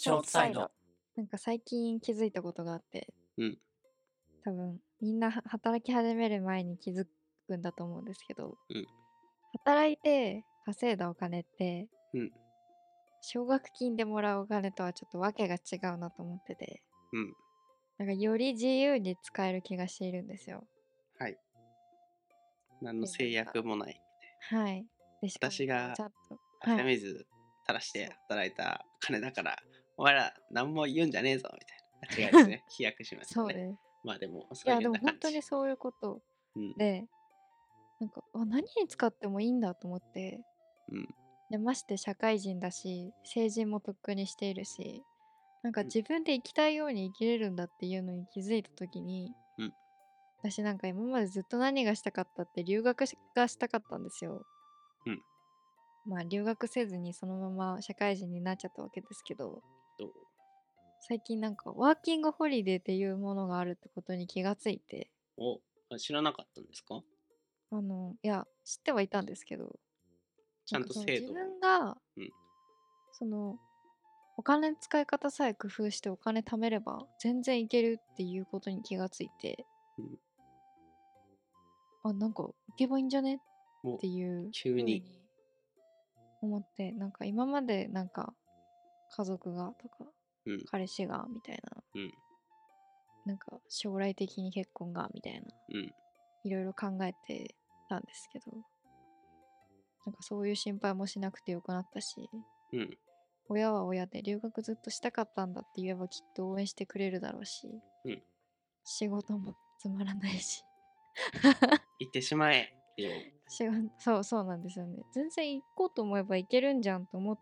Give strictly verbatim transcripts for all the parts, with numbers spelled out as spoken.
ショートサイド。 なんか最近気づいたことがあって、 うん。 多分みんなは働き始める前に気づくんだと思うんですけど、 うん働いて稼いだお金ってうん奨学金でもらうお金とはちょっとわけが違うなと思ってて、 うんなんかより自由に使える気がしているんですよ。 はい。何ので、 制なんか、 約もない。 はい。で、しかも私がこうちゃんと、はい。 汗水垂らしてそう。 働いた金だから、お前ら何も言うんじゃねえぞみたいな。違いですね。飛躍しますよね。 そうです。 まあでも、 いや、 そういうよでもうな感じ。 本当にそういうことうんで、なんか、あ、何に使ってもいいんだと思って、 うんで、まして社会人だし、成人もとっくにしているし、なんかうん自分で生きたいように生きれるんだっていうのに気づいた時に、 うん私なんか今までずっと何がしたかったって留学しがしたかったんですよ。 うんまあ留学せずにそのまま社会人になっちゃったわけですけど、 どう最近なんかワーキングホリデーっていうものがあるってことに気がついて、 お、あ知らなかったんですか？ あの、いや、知ってはいたんですけど、 ちゃんなんかその自と制度を。 分が、 うんそのお金の使い方さえ工夫してお金貯めれば全然いけるっていうことに気がついて、 うんあ、なんか行けばいいんじゃねっお、 ていう急に。 風に思って、なんか今までなんか家族がとかうん彼氏がみたいな、 うんなんか将来的に結婚がみたいな、 うんいろいろ考えてたんですけど、なんかそういう心配もしなくてよくなったし、 うん親は親で留学ずっとしたかったんだって言えばきっと応援してくれるだろうし、 うん仕事もつまらないし。 行ってしまえっていう。 仕事そうそうなんですよね。全然行こうと思えば行けるんじゃんと思って、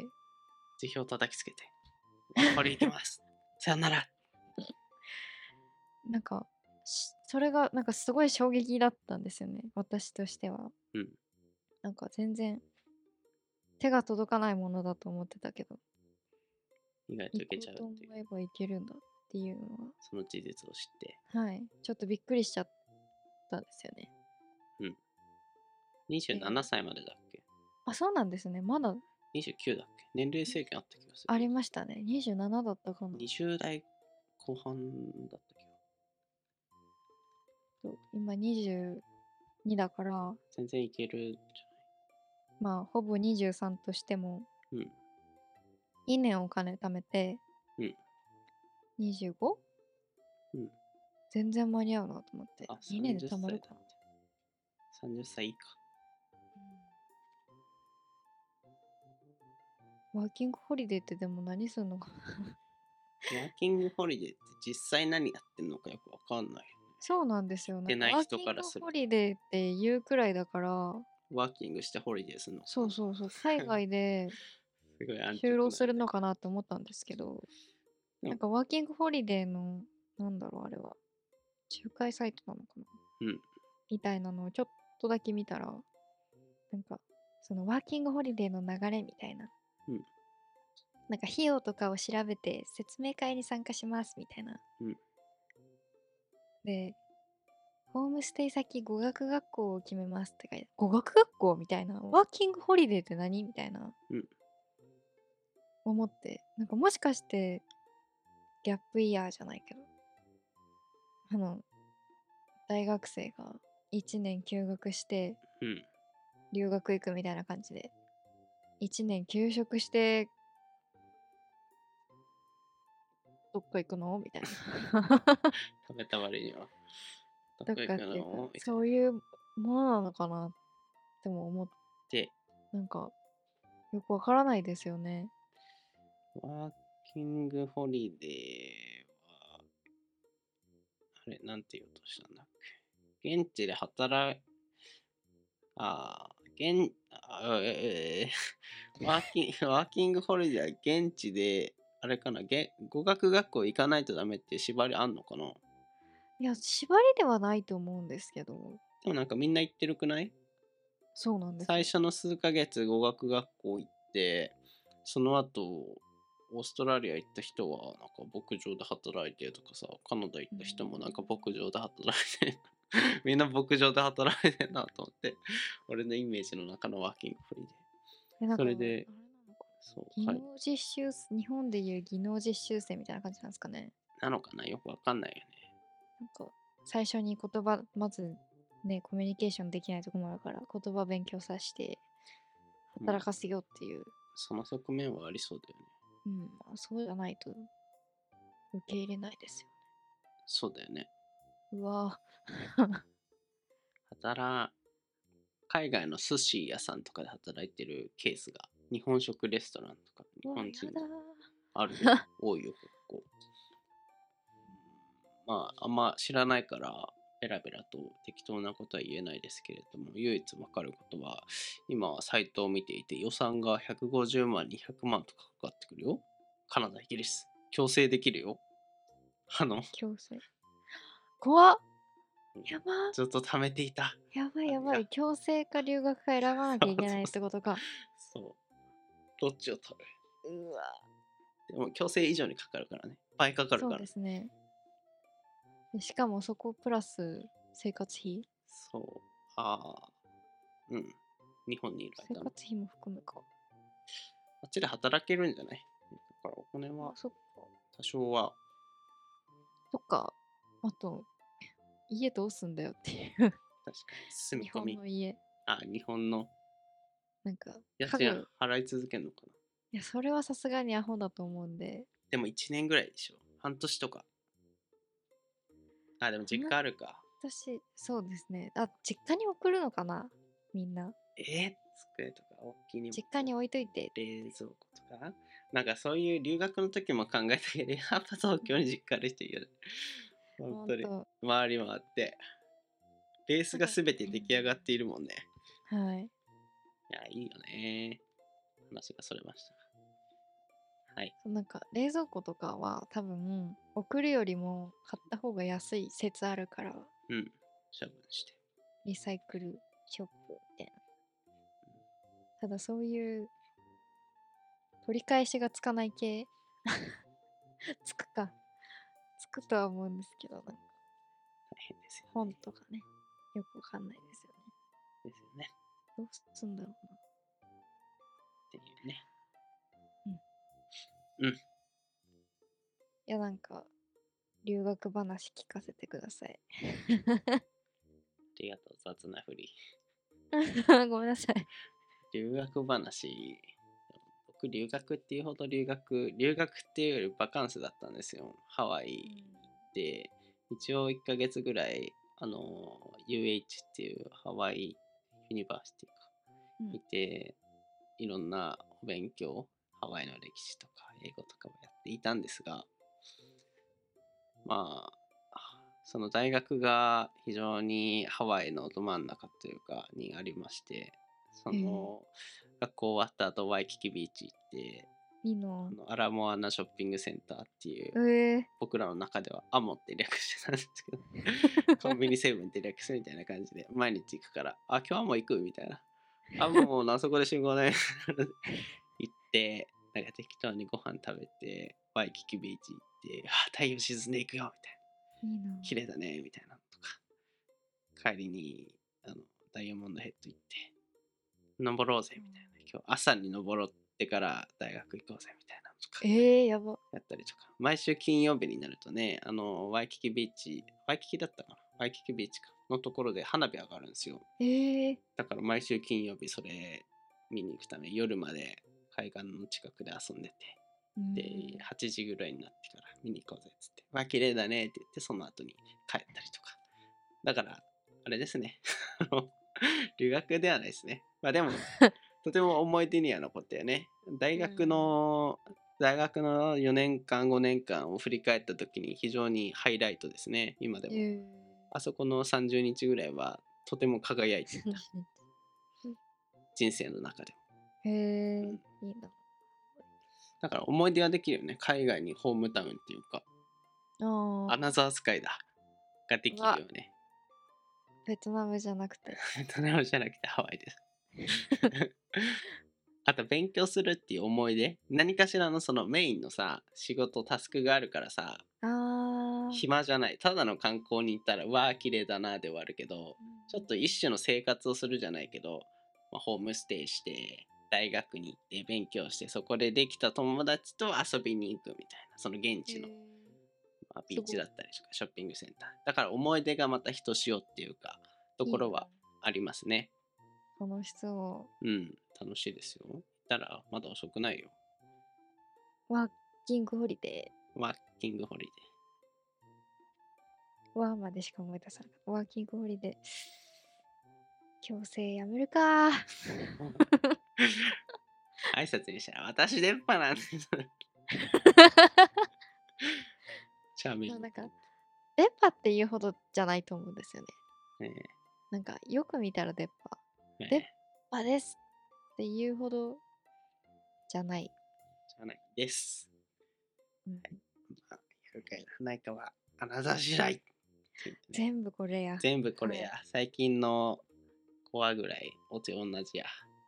辞表叩きつけて。ワーホリ行きます。さよなら。 なんかしそれがなんかすごい衝撃だったんですよね、私としては。 うんなんか全然手が届かないものだと思ってたけど、 意外と行いけこうと思ちゃうっていう、 えば行けるんだっていうのその事実を知って。 は、はい、ちょっとびっくりしちゃったんですよね。 うん。27 で、 歳までだっけ？ あ、そうなんですね。まだにじゅうきゅう だっけ？年齢制限あった気がするありけど。 ましたね。にじゅうななだったかな。 にじゅう代後半だった気が。 と今にじゅうにだから、 全然いけるんじまあほぼにじゅうさんとしても、 ゃない？ にねんお金貯めて、 うん。うん。 にじゅうご？ うん。 全然間に合うなと思って。 あ、 にねんで 30 貯まるかな。 歳だって。さんじゅっさい以下。 ワーキングホリデーってでも何するのかな。 ワーキングホリデーって実際何やってんのかよくわかんないよね。 そうなんですよ。なんか知ってないワーキング人からすると。 ホリデーって言うくらいだから、 ワーキングしてホリデーするのかな。 そうそうそう、海外ですごい安就労直なね。 するのかなと思ったんですけど、 でもなんかワーキングホリデーの、なんだろう、あれは、仲介サイトなのかなうん。 みたいなのをちょっとだけ見たら、なんか、そのワーキングホリデーの流れみたいな、 うん。 なんか費用とかを調べて説明会に参加しますみたいな。 うん。 で、ホームステイ先語学学校を決めますって書いて、語学学校みたいな。ワーキングホリデーって何みたいな。 うん。 思って。なんかもしかして、ギャップイヤーじゃないけど、あの、大学生がいちねん休学して、 うん。 留学行くみたいな感じで、いちねん休職して、どっか行くのみたいな。 食べた割には。どどっこ行くかっていうか、 のみたいそういうものなのかなっても思っで、 なんか、よくわからないですよね。 ワーキングホリデーは、あれ、なんて言おうとしたんだっけ。現地で働い、ああ、現、あえー、ワーキン、ワーキングホリデーは現地で、あれかな、げ語学学校行かないとダメっていう縛りあんのかな。 いや、縛りではないと思うんですけど、 でもなんかみんな行ってるくない？ そうなんですよ。 最初の数ヶ月語学学校行って、その後、オーストラリア行った人は、なんか牧場で働いてとかさ、カナダ行った人もなんか牧場で働いて、みんな牧場で働いてんなと思って、俺のイメージの中のワーキングホリデー。 え、なんか、あれそれで、 なのかな。 そう、 技はい。 能実習生、日本でいう技能実習生みたいな感じなんですかね。 なのかな、よくわかんないよね。 なんか最初に言葉まずねコミュニケーションできないとこもあるから言葉勉強させてまあ、 働かせようっていう、 その側面はありそうだよね。 うん、まあ、そうじゃないと受け入れないですよ。 そうだよね。 うわ働、海外の寿司屋さんとかで働いてるケースが、日本食レストランとか、日うわ本人やだあるよ。多いよ、結構。まあ、あんま知らないから、ベラベラと適当なことは言えないですけれども、唯一わかることは、今はサイトを見ていて、予算がひゃくごじゅうまん、にひゃくまんとかかかってくるよ。カナダ、イギリス。強制できるよ。あの、 強制怖っうんやばずっと貯めていた。 やばいやばいやい強制か留学か選ばなきゃいけないってことか。 そう。どっちを取る？ うわでも強制以上にかかるからね。倍かかるそうから。 ですね。でしかもそこプラス生活費そう。ああ。うん。日本にいる生間の。 活費も含むか。 あっちで働けるんじゃない？だからお金はあそっか多少は。 とかあと家どうすんだよっていう確かに。住み日本込み。 の家あ、日本のなんか家家具賃払い続けるのかな。 いやそれはさすがにアホだと思うんで。 でもいちねんぐらいでしょ。半年とか。あ、でも実家あるか。 私そうですねあ実家に送るのかなみんなえー、机とか大きい荷物。 実家に置いといて冷蔵庫とか。なんかそういう留学の時も考えたけど、やっぱ東京に実家ある人いる。本当に。 ほんと回り回って。ベースが全て出来上がっているもんね。 はいいや、いいよね。話がそれました。はい。 そうなんか冷蔵庫とかは多分送るよりも買った方が安い説あるからうん。処分して。 リサイクルショップみたいな。ただそういう取り返しがつかない系つくかつくとは思うんですけどなんか大変ですよね。 本とかねよくわかんないですよね。 ですよね。 どうすんだろうな。 っていうね。 うん。 うん。 いやなんか留学話聞かせてください。 ありがとう、雑なふり。 ごめんなさい。 留学話。僕、留学っていうほど留学、留学っていうよりバカンスだったんですよ。ハワイで、一応いっかげつぐらい、あの、ユーエイチ っていうハワイユニバーシティか、 うんいて、いろんなお勉強、ハワイの歴史とか英語とかもやっていたんですが、まあ、その大学が非常にハワイのど真ん中というかにありまして、その学校終わった後ワイキキビーチ行って、 いいのあのアラモアナショッピングセンターっていう、 えー、 僕らの中ではアモって略してたんですけどコンビニセブンって略すみたいな感じで毎日行くから、あ、今日も行くみたいな、あ、もうあそこで集合ね行って、なんか適当にご飯食べてワイキキビーチ行って、あ、太陽沈んでいくよみたいな、 いいの綺麗だねみたいなのとか、帰りにあのダイヤモンドヘッド行って登ろうぜみたいな、今日朝に登ろってから大学行こうぜみたいなのとかえー、やば。 やったりとか、毎週金曜日になるとね、あのワイキキビーチ、ワイキキだったかな、ワイキキビーチかのところで花火上がるんですよ。 えー、 だから毎週金曜日それ見に行くため夜まで海岸の近くで遊んでて、 うんではちじぐらいになってから見に行こうぜっつって、わ、綺麗だねって言ってその後に帰ったりとか。だからあれですね留学ではないですね。まあでもとても思い出には残ったよね。大学の大学のよねんかんごねんかんを振り返った時に非常にハイライトですね、今でも。 えー、 あそこのさんじゅうにちぐらいはとても輝いていた、人生の中でも。 へえー、 うんいいな。 だから思い出はできるよね、海外にホームタウンっていうか、 あアナザースカイだができるよね。 ベトナムじゃなくて。 ベトナムじゃなくてハワイですあと勉強するっていう思い出、何かしらのそのメインのさ仕事タスクがあるからさ、 あ暇じゃない、ただの観光に行ったらうわー綺麗だなで終わるけど、ちょっと一種の生活をするじゃないけど、まあ、ホームステイして大学に行って勉強して、そこでできた友達と遊びに行くみたいな、その現地の、 へーまあ、ビーチだったりとかショッピングセンター。だから思い出がまたひとしおっていうか、ところはありますね。 いいな楽しそうん、楽しいですよ。行ったらまだ遅くないよ。 う。ワーキングホリデワーキングホリデー。ワーまでしか思い出さなかった。ワーキングホリデー。強制やめるか。 ー。挨拶にしたら私電波なんです。チャーミング。 なんか、出っ歯っていうほどじゃないと思うんですよね。 ねなんか、よく見たら出っ歯。 えね出っ歯ですっていうほどじゃない。 じゃないです。 うんまあ、やるかいな。ないかは、あなた次第。 全部これや。 全部これや。 はい最近の子はぐらい、お手同じや。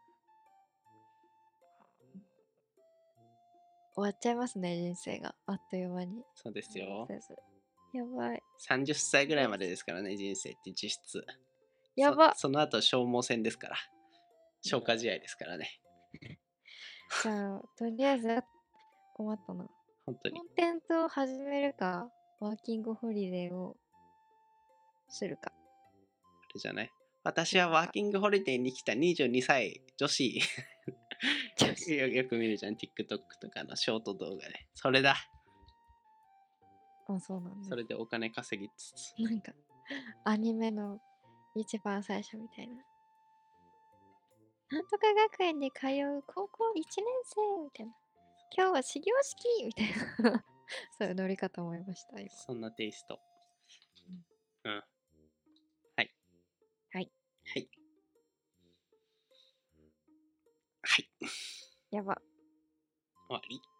終わっちゃいますね、人生が。あっという間に。 そうですよ。 せずやばい。 さんじゅっさいぐらいまでですからね、人生って実質。 やばそその後消耗戦ですから。消化試合ですからね。 じゃあ、とりあえず困ったな。 本当にコン。テンツを始めるか、ワーキングホリデーをするか。 あれじゃない私はワーキングホリデーに来たにじゅうにさい女子。 女子よよく見るじゃん、TikTok とかのショート動画で。それだ。 あ、そうなんです。 それでお金稼ぎつつ。 なんか、アニメの一番最初みたいな。なんとか学園に通う高校いちねん生みたいな。今日は始業式みたいな。そういう乗り方思いました、今。 そんなテイスト。うん。はい。 はい。 はい。はい。 やば。 終わり